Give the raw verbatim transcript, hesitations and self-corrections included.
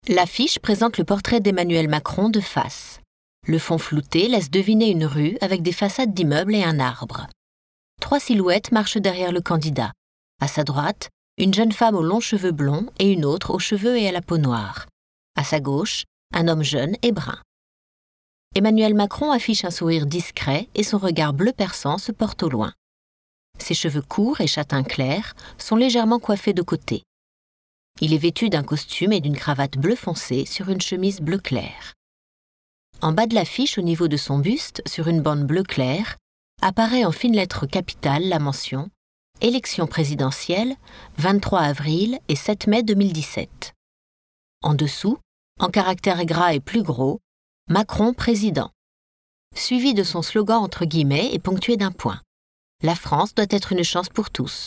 L'affiche présente le portrait d'Emmanuel Macron de face. Le fond flouté laisse deviner une rue avec des façades d'immeubles et un arbre. Trois silhouettes marchent derrière le candidat. À sa droite, une jeune femme aux longs cheveux blonds et une autre aux cheveux et à la peau noire. À sa gauche, un homme jeune et brun. Emmanuel Macron affiche un sourire discret et son regard bleu perçant se porte au loin. Ses cheveux courts et châtain clair sont légèrement coiffés de côté. Il est vêtu d'un costume et d'une cravate bleu foncé sur une chemise bleu clair. En bas de l'affiche, au niveau de son buste, sur une bande bleu clair, apparaît en fines lettres capitales la mention « Élection présidentielle, vingt-trois avril et sept mai deux mille dix-sept ». En dessous, en caractères gras et plus gros, « Macron président », suivi de son slogan entre guillemets et ponctué d'un point. « La France doit être une chance pour tous ».